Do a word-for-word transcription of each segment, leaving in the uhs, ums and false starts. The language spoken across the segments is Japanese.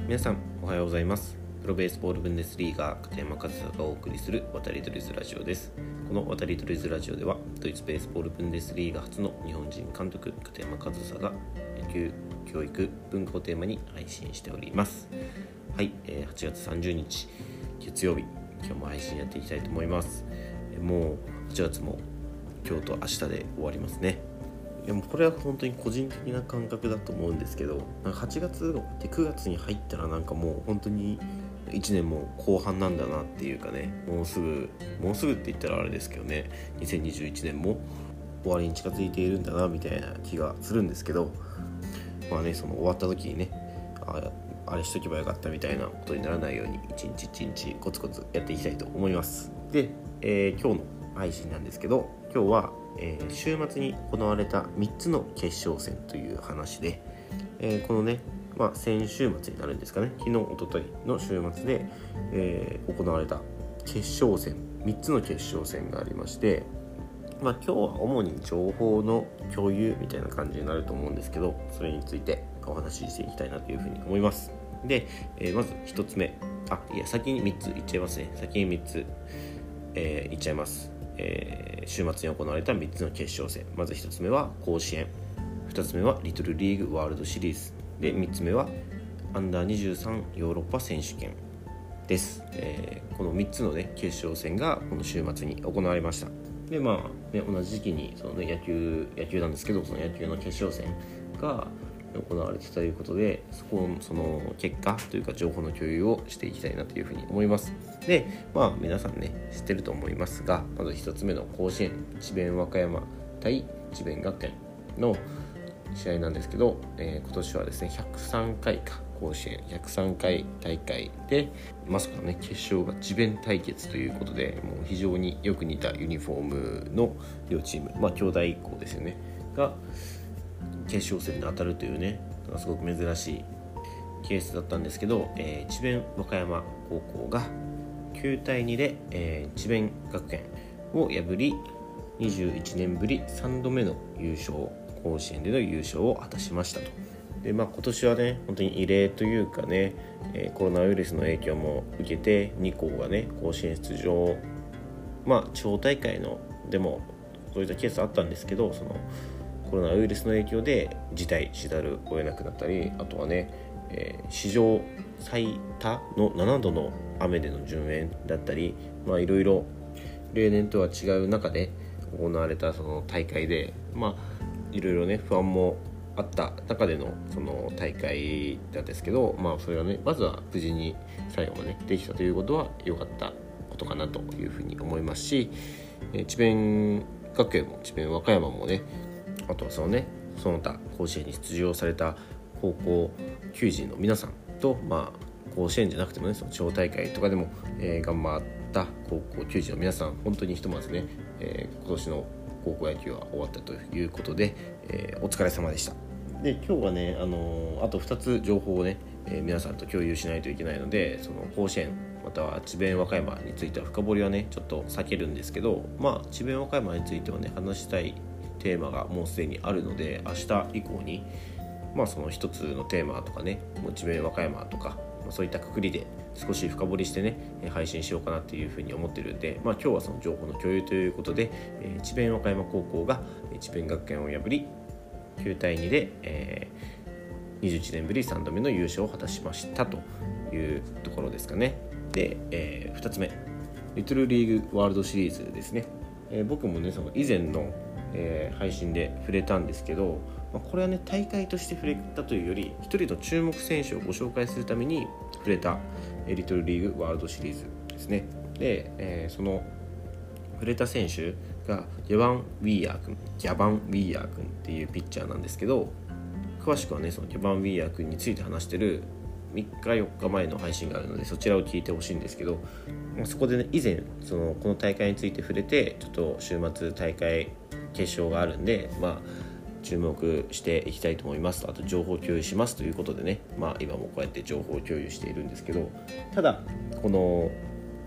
皆さんおはようございます。プロベースボールブンデスリーガー片山和沙がお送りする渡り鳥ズラジオです。この渡り鳥ズラジオではドイツベースボールブンデスリーガ初の日本人監督片山和沙が野球、教育、文化をテーマに配信しております。はい、えー、はちがつさんじゅうにち月曜日、今日も配信やっていきたいと思います。もうはちがつも今日と明日で終わりますね。でもこれは本当に個人的な感覚だと思うんですけど、なんかはちがつが終わってくがつに入ったらなんかもう本当にいちねんも後半なんだなっていうかね、もうすぐもうすぐって言ったらあれですけどね、にせんにじゅういちねんも終わりに近づいているんだなみたいな気がするんですけど、まあね、その終わった時にね、ああれしとけばよかったみたいなことにならないように一日一日コツコツやっていきたいと思います。で、えー、今日の配信なんですけど、今日は、えー、週末に行われたみっつの決勝戦という話で、えー、このね、まあ、先週末になるんですかね、昨日一昨日の週末で、えー、行われた決勝戦みっつの決勝戦がありまして、まあ、今日は主に情報の共有みたいな感じになると思うんですけど、それについてお話ししていきたいなというふうに思います。で、えー、まずひとつめ、あ、いや先にみっついっちゃいますね。先にみっつ、えー、いっちゃいます。えー、週末に行われたみっつの決勝戦、まずひとつめは甲子園、ふたつめはリトルリーグワールドシリーズで、みっつめはアンダーにじゅうさんヨーロッパ選手権です。えー、このみっつの、ね、決勝戦がこの週末に行われました。で、まあね、同じ時期にその、ね、野球野球なんですけど、その野球の決勝戦が行われていたということで、そこのその結果というか情報の共有をしていきたいなというふうに思います。で、まあ皆さんね知ってると思いますが、まずひとつめの甲子園、智弁和歌山対智弁学園の試合なんですけど、えー、今年はですねひゃくさんかいか甲子園ひゃくさんかい大会で、まさかね決勝が智弁対決ということで、もう非常によく似たユニフォームの両チーム、まあ兄弟校ですよねが決勝戦で当たるというね、すごく珍しいケースだったんですけど、えー、智弁和歌山高校がきゅうたいにで、えー、智弁学園を破りにじゅういちねんぶりさんどめの優勝、甲子園での優勝を果たしましたと。で、まあ、今年はね本当に異例というかね、えー、コロナウイルスの影響も受けてに校がね甲子園出場、まあ地方大会のでもそういったケースあったんですけど、そのコロナウイルスの影響で辞退しざるを得なくなったり、あとはね、えー、史上最多のななどの雨での順延だったり、まあいろいろ例年とは違う中で行われたその大会で、まあいろいろね不安もあった中でのその大会なんですけど、まあそれはねまずは無事に最後まで、ね、できたということは良かったことかなというふうに思いますし、えー、智弁学園も智弁和歌山もね、あとはそのねその他甲子園に出場された高校球児の皆さんと、まあ甲子園じゃなくてもねその地方大会とかでも、えー、頑張った高校球児の皆さん、本当にひとまずね、えー、今年の高校野球は終わったということで、えー、お疲れ様でした。で、今日はね、あのー、あとふたつ情報をね、えー、皆さんと共有しないといけないので、その甲子園または智弁和歌山については深掘りはねちょっと避けるんですけど、まあ智弁和歌山についてはね話したいテーマがもうすでにあるので、明日以降にまあその一つのテーマとかね、智弁和歌山とか、まあ、そういった括りで少し深掘りしてね配信しようかなっていうふうに思ってるんで、まあ今日はその情報の共有ということで、えー、智弁和歌山高校が智弁学園を破りきゅうたいにで、えー、にじゅういちねんぶりさんどめの優勝を果たしましたというところですかね。で、えー、ふたつめ、リトルリーグワールドシリーズですね。えー、僕もねその以前のえー、配信で触れたんですけど、まあ、これはね大会として触れたというより一人の注目選手をご紹介するために触れた、えー、リトルリーグワールドシリーズですね。で、えー、その触れた選手がギャバン・ウィーヤー君ギャバン・ウィーヤー君っていうピッチャーなんですけど、詳しくはねそのギャバン・ウィーヤー君について話してるみっかよっかまえの配信があるので、そちらを聞いてほしいんですけど、まあ、そこでね以前そのこの大会について触れて、ちょっと週末大会決勝があるんで、まあ注目していきたいと思います。あと情報共有しますということでね、まあ今もこうやって情報共有しているんですけど、ただこの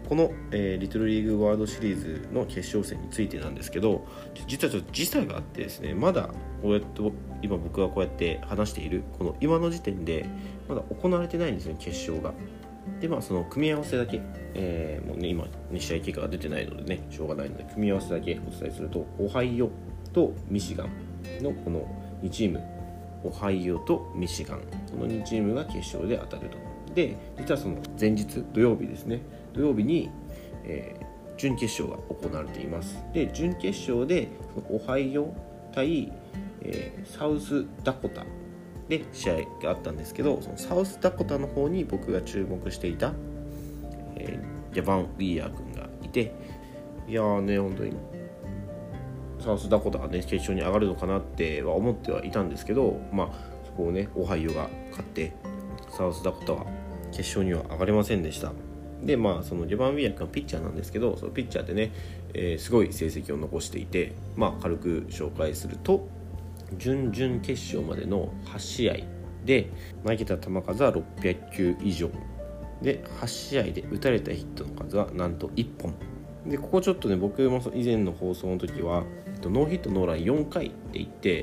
この、えー、リトルリーグワールドシリーズの決勝戦についてなんですけど、実はちょっと時差があってですね、まだこうやって今僕がこうやって話しているこの今の時点でまだ行われてないんですね、決勝が。でまあその組み合わせだけ、えー、もうね今に試合結果が出てないのでねしょうがないので組み合わせだけお伝えすると、オハイオとミシガンのこのにチーム、オハイオとミシガン、このにチームが決勝で当たると。で実はその前日土曜日ですね、土曜日に、えー、準決勝が行われています。で準決勝でそのオハイオ対、えー、サウスダコタで試合があったんですけど、そのサウスダコタの方に僕が注目していた、えー、ジャバン・ウィーアー君がいて、いやーね本当にサウスダコタがね決勝に上がるのかなっては思ってはいたんですけど、まあそこをねオハイオが勝ってサウスダコタは決勝には上がれませんでした。でまあそのジャバン・ウィーアー君はピッチャーなんですけど、そのピッチャーでね、えー、すごい成績を残していて、まあ軽く紹介すると準々決勝までのはち試合で投げた球数はろっぴゃくきゅう以上で、はち試合で打たれたヒットの数はなんといっぽんで、ここちょっとね僕も以前の放送の時はノーヒットノーランよんかいって言って、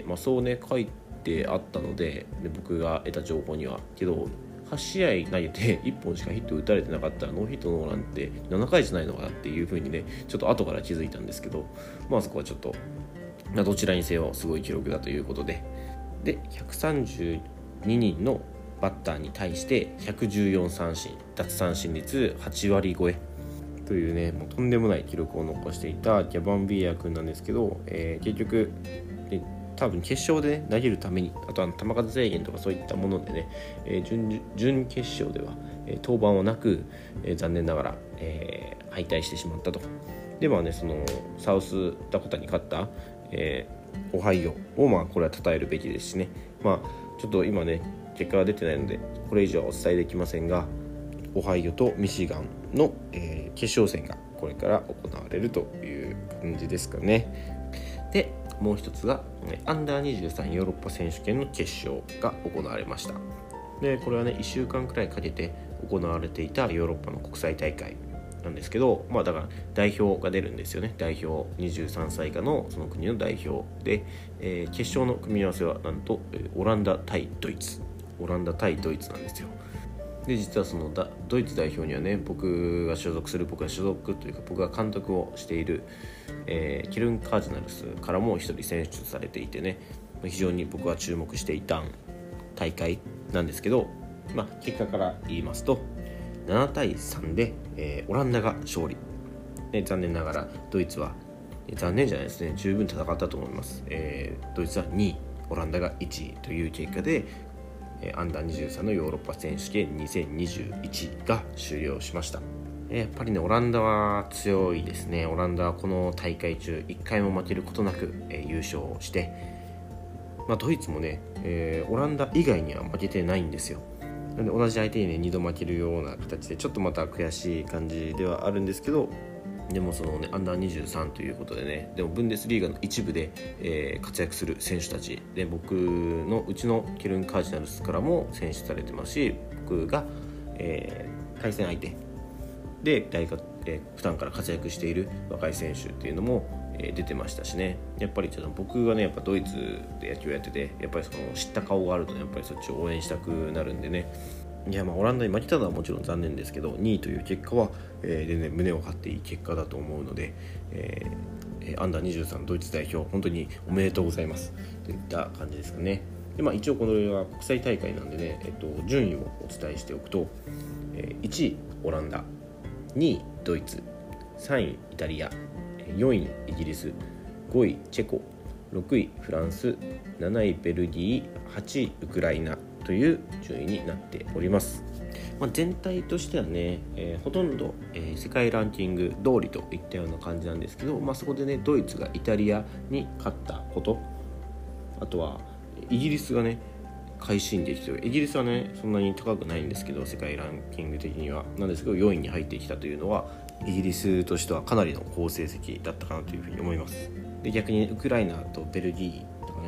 まあ、そうね書いてあったの で, で僕が得た情報にはけどはち試合投げていっぽんしかヒット打たれてなかったらノーヒットノーランってななかいじゃないのかなっていう風にねちょっと後から気づいたんですけど、まあそこはちょっとどちらにせよすごい記録だということで、でひゃくさんじゅうににんのバッターに対してひゃくじゅうよん三振、奪三振率はちわり超えというねもうとんでもない記録を残していたギャバン・ビーアー君なんですけど、えー、結局で多分決勝で、ね、投げるためにあとは球数制限とかそういったものでね、えー、準, 準決勝では、えー、登板はなく、えー、残念ながら、えー、敗退してしまったと。でまあねそのサウスダコタに勝った、えー、オハイオをまあこれは称えるべきですしね、まあちょっと今ね結果が出てないのでこれ以上はお伝えできませんが、オハイオとミシガンの、えー、決勝戦がこれから行われるという感じですかね。でもう一つがアンダーにじゅうさんヨーロッパ選手権の決勝が行われました。でこれはねいっしゅうかんくらいかけて行われていたヨーロッパの国際大会なんですけど、まあだから代表が出るんですよね。代表にじゅうさんさい以下のその国の代表で、えー、決勝の組み合わせはなんと、えー、オランダ対ドイツオランダ対ドイツなんですよ。で実はそのだドイツ代表にはね僕が所属する僕が所属というか僕が監督をしている、えー、キルンカージナルスからも一人選出されていてね、非常に僕は注目していた大会なんですけど、まあ、結果から言いますとななたいさんで、えー、オランダが勝利で、残念ながらドイツは残念じゃないですね十分戦ったと思います、えー、ドイツはにいオランダがいちいという結果でアンダーにじゅうさんのヨーロッパ選手権にせんにじゅういちが終了しました。やっぱりねオランダは強いですね。オランダはこの大会中いっかいも負けることなく、えー、優勝して、まあ、ドイツもね、えー、オランダ以外には負けてないんですよ。なので同じ相手にねにど負けるような形でちょっとまた悔しい感じではあるんですけど、でもそのねアンダーにじゅうさんということでね、でもブンデスリーガの一部で、えー、活躍する選手たちで、僕のうちのケルンカージナルスからも選出されてますし、僕が、えー、対戦相手で大学、えー、普段から活躍している若い選手っていうのも、えー、出てましたしね。やっぱりちょっと僕がねやっぱドイツで野球やってて、やっぱりその知った顔があると、ね、やっぱりそっちを応援したくなるんでね。いやまあオランダに負けたのはもちろん残念ですけど、にいという結果は、えー、全然胸を張っていい結果だと思うので、えー、アンダーにじゅうさんドイツ代表本当におめでとうございますといった感じですかね。で、まあ、一応これは国際大会なんでね、えっと、順位をお伝えしておくと、えー、いちいオランダ、にいドイツ、さんいイタリア、よんいイギリス、ごいチェコ、ろくいフランス、なないベルギー、はちいウクライナという順位になっております。まあ、全体としてはね、えー、ほとんど、えー、世界ランキング通りといったような感じなんですけど、まあ、そこでねドイツがイタリアに勝ったこと、あとはイギリスがね快進撃という、イギリスはねそんなに高くないんですけど世界ランキング的にはなんですけどよんいに入ってきたというのはイギリスとしてはかなりの好成績だったかなというふうに思います。で逆にウクライナとベルギーとかね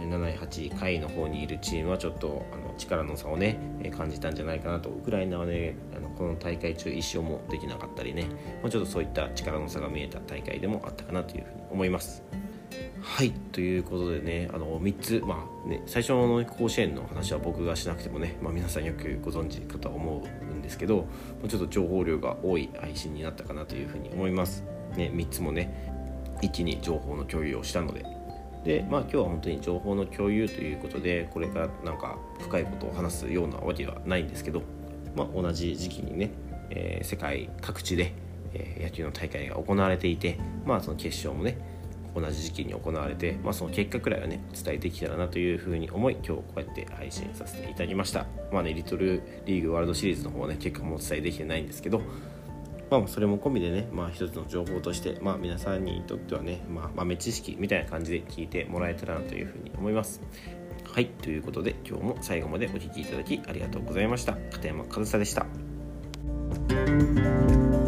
なないはちい下位の方にいるチームはちょっとあの力の差をね感じたんじゃないかなと。ウクライナはねあのこの大会中一勝もできなかったりね、まあ、ちょっとそういった力の差が見えた大会でもあったかなというふうに思います。はいということでね、あのみっつ、まあね、最初の甲子園の話は僕がしなくてもね、まあ、皆さんよくご存知かと思うんですけど、ちょっと情報量が多い配信になったかなというふうに思います、ね、みっつもね一気に情報の共有をしたので、で、まあ、今日は本当に情報の共有ということで、これからなんか深いことを話すようなわけではないんですけど、まあ、同じ時期にね、えー、世界各地で、えー、野球の大会が行われていて、まあ、その決勝もね同じ時期に行われて、まあ、その結果くらいはねお伝えできたらなというふうに思い、今日こうやって配信させていただきました。まあね、リトルリーグワールドシリーズの方はね結果もお伝えできてないんですけど、まあ、それも込みでね、まあ、一つの情報として、まあ、皆さんにとってはね、まあ、豆知識みたいな感じで聞いてもらえたらなというふうに思います。はい、ということで今日も最後までお聞きいただきありがとうございました。片山和沙でした。